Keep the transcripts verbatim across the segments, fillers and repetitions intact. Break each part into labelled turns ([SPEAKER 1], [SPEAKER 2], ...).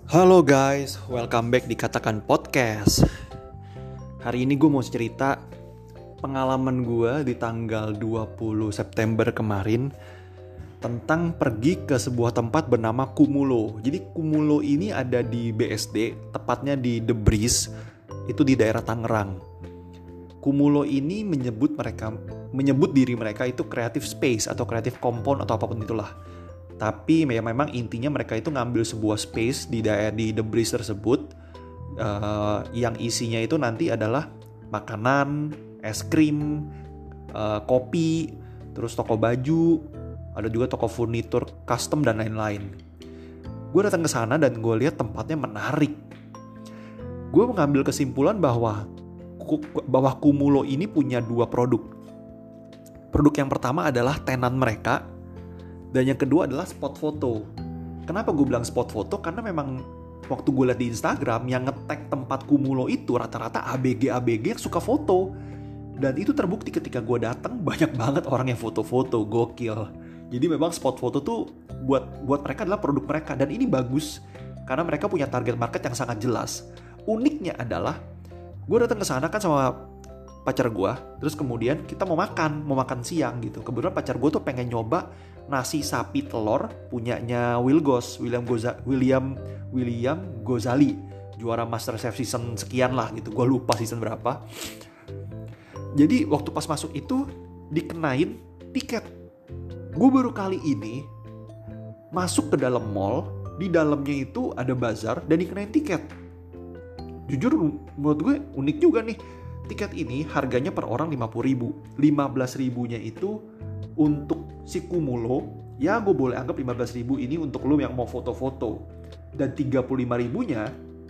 [SPEAKER 1] Halo guys, welcome back di Katakan Podcast. Hari ini gue mau cerita pengalaman gue di tanggal dua puluh September kemarin tentang pergi ke sebuah tempat bernama Kumulo. Jadi Kumulo ini ada di B S D, tepatnya di The Breeze, itu di daerah Tangerang. Kumulo ini menyebut mereka menyebut diri mereka itu creative space atau creative compound atau apapun itulah. Tapi ya memang intinya mereka itu ngambil sebuah space di daerah di The Breeze tersebut uh, yang isinya itu nanti adalah makanan, es krim, uh, kopi, terus toko baju, ada juga toko furnitur custom dan lain-lain. Gue datang ke sana dan gue lihat tempatnya menarik. Gue mengambil kesimpulan bahwa bahwa Kumulo ini punya dua produk. Produk yang pertama adalah tenan mereka. Dan yang kedua adalah spot foto. Kenapa gue bilang spot foto? Karena memang waktu gue lihat di Instagram yang nge-tag tempat Kumulo itu rata-rata A B G A B G yang suka foto. Dan itu terbukti ketika gue datang banyak banget orang yang foto-foto, gokil. Jadi memang spot foto tuh buat buat mereka adalah produk mereka dan ini bagus karena mereka punya target market yang sangat jelas. Uniknya adalah gue datang ke sana kan sama pacar gue, terus kemudian kita mau makan, mau makan siang gitu. Kebetulan pacar gue tuh pengen nyoba nasi sapi telur punyanya Will Goss, William Goza, William William Gozali, juara MasterChef season sekian lah gitu. Gue lupa season berapa. Jadi waktu pas masuk itu dikenain tiket. Gue baru kali ini masuk ke dalam mall, di dalamnya itu ada bazar dan dikenain tiket. Jujur menurut gue unik juga nih. Tiket ini harganya per orang lima puluh ribu. lima belas ribunya itu untuk si Kumulo. Ya gue boleh anggap lima belas ribu ini untuk lo yang mau foto-foto. Dan tiga puluh lima ribunya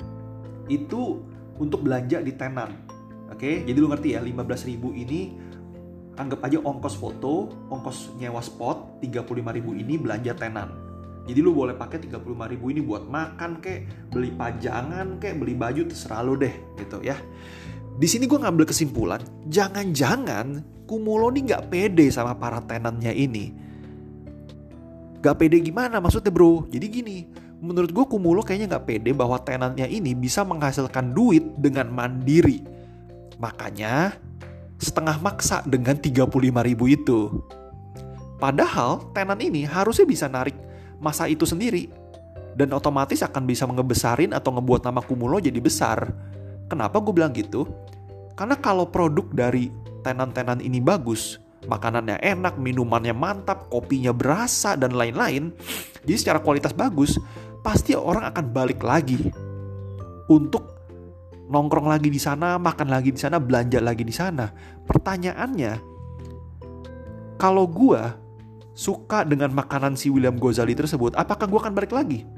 [SPEAKER 1] itu untuk belanja di tenan. Oke, jadi lo ngerti ya, lima belas ribu ini anggap aja ongkos foto, ongkos nyewa spot. Tiga puluh lima ribu ini belanja tenan. Jadi lo boleh pakai tiga puluh lima ribu ini buat makan kek, beli pajangan kek, beli baju, terserah lo deh gitu ya. Di sini gue ngambil kesimpulan, jangan-jangan Kumulo nih gak pede sama para tenannya ini. Gak pede gimana maksudnya bro? Jadi gini, menurut gue Kumulo kayaknya gak pede bahwa tenannya ini bisa menghasilkan duit dengan mandiri. Makanya setengah maksa dengan tiga puluh lima ribu itu. Padahal tenan ini harusnya bisa narik masa itu sendiri. Dan otomatis akan bisa ngebesarin atau ngebuat nama Kumulo jadi besar. Kenapa gue bilang gitu? Karena kalau produk dari tenan-tenan ini bagus, makanannya enak, minumannya mantap, kopinya berasa, dan lain-lain, jadi secara kualitas bagus, pasti orang akan balik lagi untuk nongkrong lagi di sana, makan lagi di sana, belanja lagi di sana. Pertanyaannya, kalau gue suka dengan makanan si William Gozali tersebut, apakah gue akan balik lagi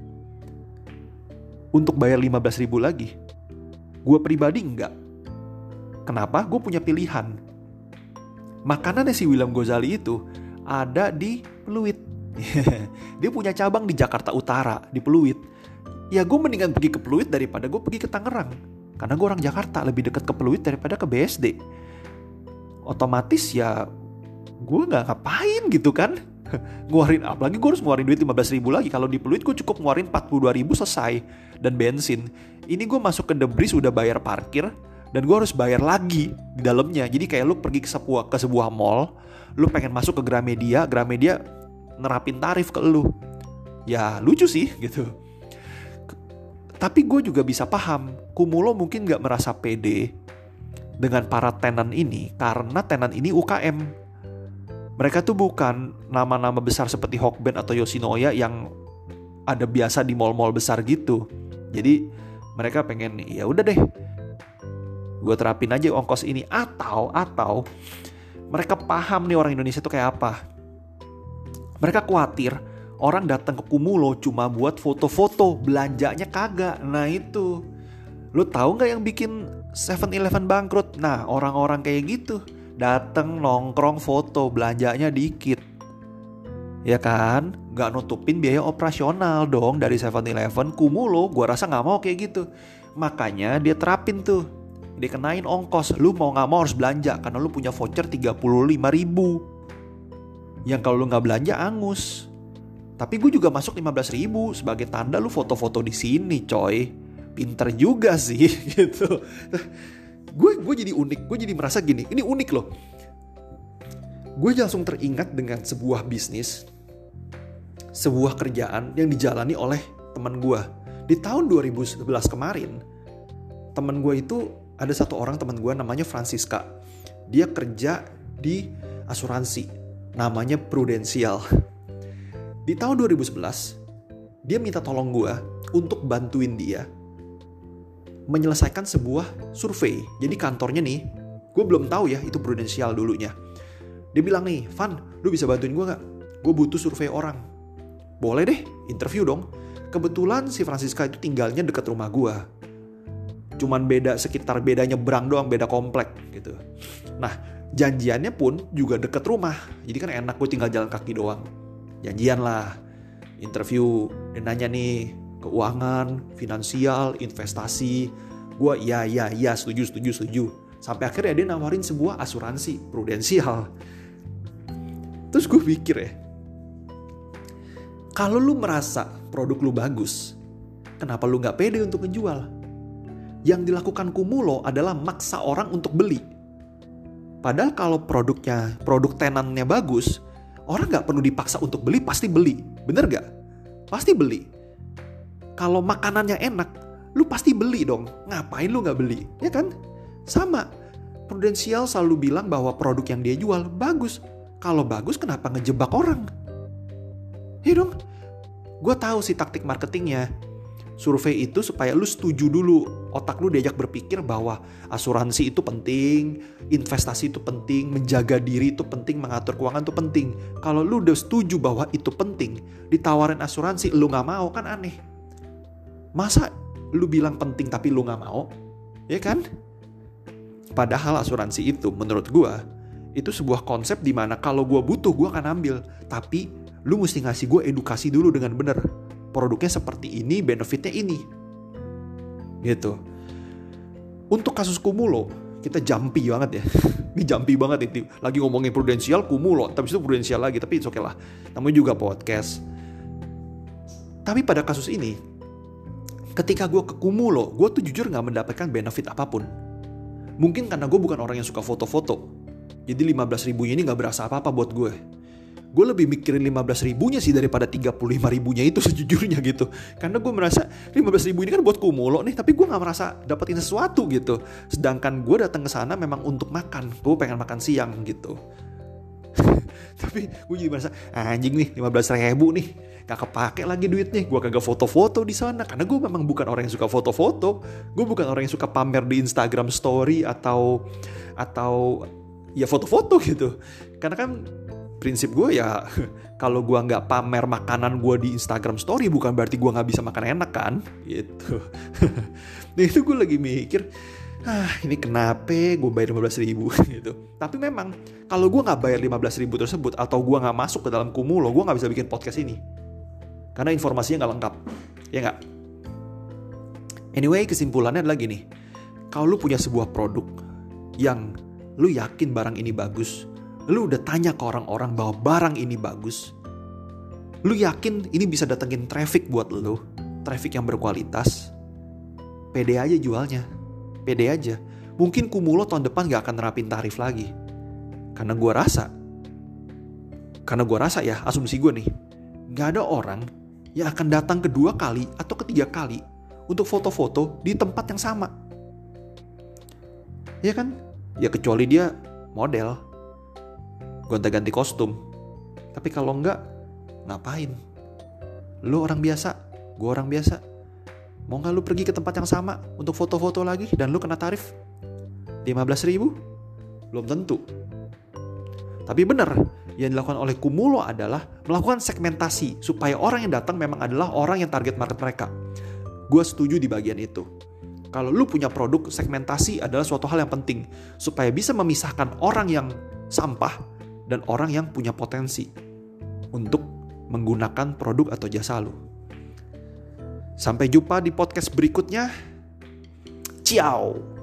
[SPEAKER 1] untuk bayar lima belas ribu lagi? Gue pribadi enggak. Kenapa? Gue punya pilihan. Makanannya si William Gozali itu ada di Pluit. Dia punya cabang di Jakarta Utara, di Pluit. Ya gue mendingan pergi ke Pluit daripada gue pergi ke Tangerang. Karena gue orang Jakarta, lebih dekat ke Pluit daripada ke B S D. Otomatis ya gue gak ngapain gitu kan. Ngeluarin, apalagi gue harus ngeluarin duit lima belas ribu lagi. Kalau di Pluit gue cukup ngeluarin empat puluh dua ribu selesai. Dan bensin. Ini gue masuk ke The Breeze udah bayar parkir. Dan gue harus bayar lagi di dalamnya. Jadi kayak lu pergi ke sebuah, ke sebuah mall, lu pengen masuk ke Gramedia, Gramedia nerapin tarif ke lu. Ya lucu sih gitu. Tapi gue juga bisa paham, Kumulo mungkin gak merasa pede dengan para tenan ini. Karena tenan ini U K M. Mereka tuh bukan nama-nama besar seperti Hokben atau Yoshinoya yang ada biasa di mall-mall besar gitu. Jadi mereka pengen ya udah deh, gue terapin aja ongkos ini. Atau atau mereka paham nih orang Indonesia tuh kayak apa. Mereka khawatir orang datang ke Kumulo cuma buat foto-foto, belanjanya kagak. Nah itu, lo tahu nggak yang bikin seven eleven bangkrut? Nah orang-orang kayak gitu datang nongkrong foto, belanjanya dikit, ya kan? Gak nutupin biaya operasional dong dari seven eleven. Kumulo gue rasa gak mau kayak gitu. Makanya dia terapin tuh, dia kenain ongkos. Lu mau gak mau harus belanja karena lu punya voucher tiga puluh lima ribu. Yang kalau lu gak belanja angus. Tapi gue juga masuk lima belas ribu sebagai tanda lu foto-foto di sini, coy. Pinter juga sih gitu. Gue gue jadi unik, gue jadi merasa gini, ini unik loh. Gue langsung teringat dengan sebuah bisnis, sebuah kerjaan yang dijalani oleh teman gue. Di tahun dua ribu sebelas kemarin, teman gue itu ada satu orang teman gue namanya Francisca. Dia kerja di asuransi, namanya Prudential. Di tahun dua ribu sebelas, dia minta tolong gue untuk bantuin dia menyelesaikan sebuah survei. Jadi kantornya nih, gue belum tahu ya itu Prudential dulunya. Dia bilang nih, Van, lu bisa bantuin gue gak? Gue butuh survei orang. Boleh deh, interview dong. Kebetulan si Francisca itu tinggalnya dekat rumah gue. Cuman beda sekitar beda nyebrang doang, beda komplek gitu. Nah, janjiannya pun juga dekat rumah. Jadi kan enak, gue tinggal jalan kaki doang. Janjian lah, interview, dia nanya nih, keuangan, finansial, investasi. Gue iya, iya, iya, setuju, setuju, setuju. Sampai akhirnya dia nawarin sebuah asuransi, Prudential. Terus gue pikir ya, kalau lu merasa produk lu bagus, kenapa lu gak pede untuk ngejual? Yang dilakukan Kumulo adalah maksa orang untuk beli. Padahal kalau produknya, produk tenannya bagus, orang gak perlu dipaksa untuk beli, pasti beli. Bener gak? Pasti beli. Kalau makanannya enak, lu pasti beli dong. Ngapain lu gak beli? Ya kan? Sama. Prudential selalu bilang bahwa produk yang dia jual bagus. Kalau bagus, kenapa ngejebak orang? Ya dong. Gue tahu sih taktik marketingnya. Survei itu supaya lu setuju dulu. Otak lu diajak berpikir bahwa asuransi itu penting, investasi itu penting, menjaga diri itu penting, mengatur keuangan itu penting. Kalau lu udah setuju bahwa itu penting, ditawarin asuransi lu gak mau, kan aneh. Masa lu bilang penting tapi lu gak mau? Ya kan? Padahal asuransi itu menurut gue, itu sebuah konsep dimana kalau gue butuh gue akan ambil. Tapi lu mesti ngasih gue edukasi dulu dengan benar. Produknya seperti ini, benefitnya ini. Gitu. Untuk kasus Kumulo, kita jumpy banget ya. Ini jumpy banget itu. Lagi ngomongin Prudential, Kumulo. Tapi itu Prudential lagi, tapi it's okay lah. Namanya juga podcast. Tapi pada kasus ini, ketika gue ke Kumulo, gue tuh jujur gak mendapatkan benefit apapun. Mungkin karena gue bukan orang yang suka foto-foto. Jadi lima belas ribunya ini gak berasa apa-apa buat gue. Gue lebih mikirin lima belas ribunya sih daripada tiga puluh lima ribunya itu sejujurnya gitu. Karena gue merasa lima belas ribu ini kan buat Kumulo nih, tapi gue gak merasa dapetin sesuatu gitu. Sedangkan gue datang ke sana memang untuk makan. Gue pengen makan siang gitu. Tapi gue jadi merasa anjing nih lima belas ribu nih. Gak kepake lagi duitnya. Gue kagak foto-foto di sana. Karena gue memang bukan orang yang suka foto-foto. Gue bukan orang yang suka pamer di Instagram story atau atau ya foto-foto gitu. Karena kan prinsip gue ya kalau gue nggak pamer makanan gue di Instagram story bukan berarti gue nggak bisa makan enak kan gitu. Nah itu gue lagi mikir, ah ini kenapa gue bayar lima belas ribu gitu. Tapi memang kalau gue nggak bayar lima belas ribu tersebut atau gue nggak masuk ke dalam Kumulo, gue nggak bisa bikin podcast ini karena informasinya nggak lengkap, ya nggak. Anyway, kesimpulannya adalah gini, kalau lu punya sebuah produk yang lu yakin barang ini bagus, lu udah tanya ke orang-orang bahwa barang ini bagus, lu yakin ini bisa datengin traffic buat lu, traffic yang berkualitas, pede aja jualnya, pede aja. Mungkin Kumulo tahun depan gak akan nerapin tarif lagi. Karena gue rasa, karena gue rasa ya, asumsi gue nih, gak ada orang yang akan datang kedua kali atau ketiga kali untuk foto-foto di tempat yang sama. Ya kan? Ya kecuali dia model, gonta-ganti kostum. Tapi kalau enggak, ngapain? Lu orang biasa, gue orang biasa. Mau gak lu pergi ke tempat yang sama untuk foto-foto lagi dan lu kena tarif lima belas ribu? Belum tentu. Tapi benar, yang dilakukan oleh Kumulo adalah melakukan segmentasi supaya orang yang datang memang adalah orang yang target market mereka. Gue setuju di bagian itu. Kalau lu punya produk, segmentasi adalah suatu hal yang penting supaya bisa memisahkan orang yang sampah dan orang yang punya potensi untuk menggunakan produk atau jasa lu. Sampai jumpa di podcast berikutnya. Ciao.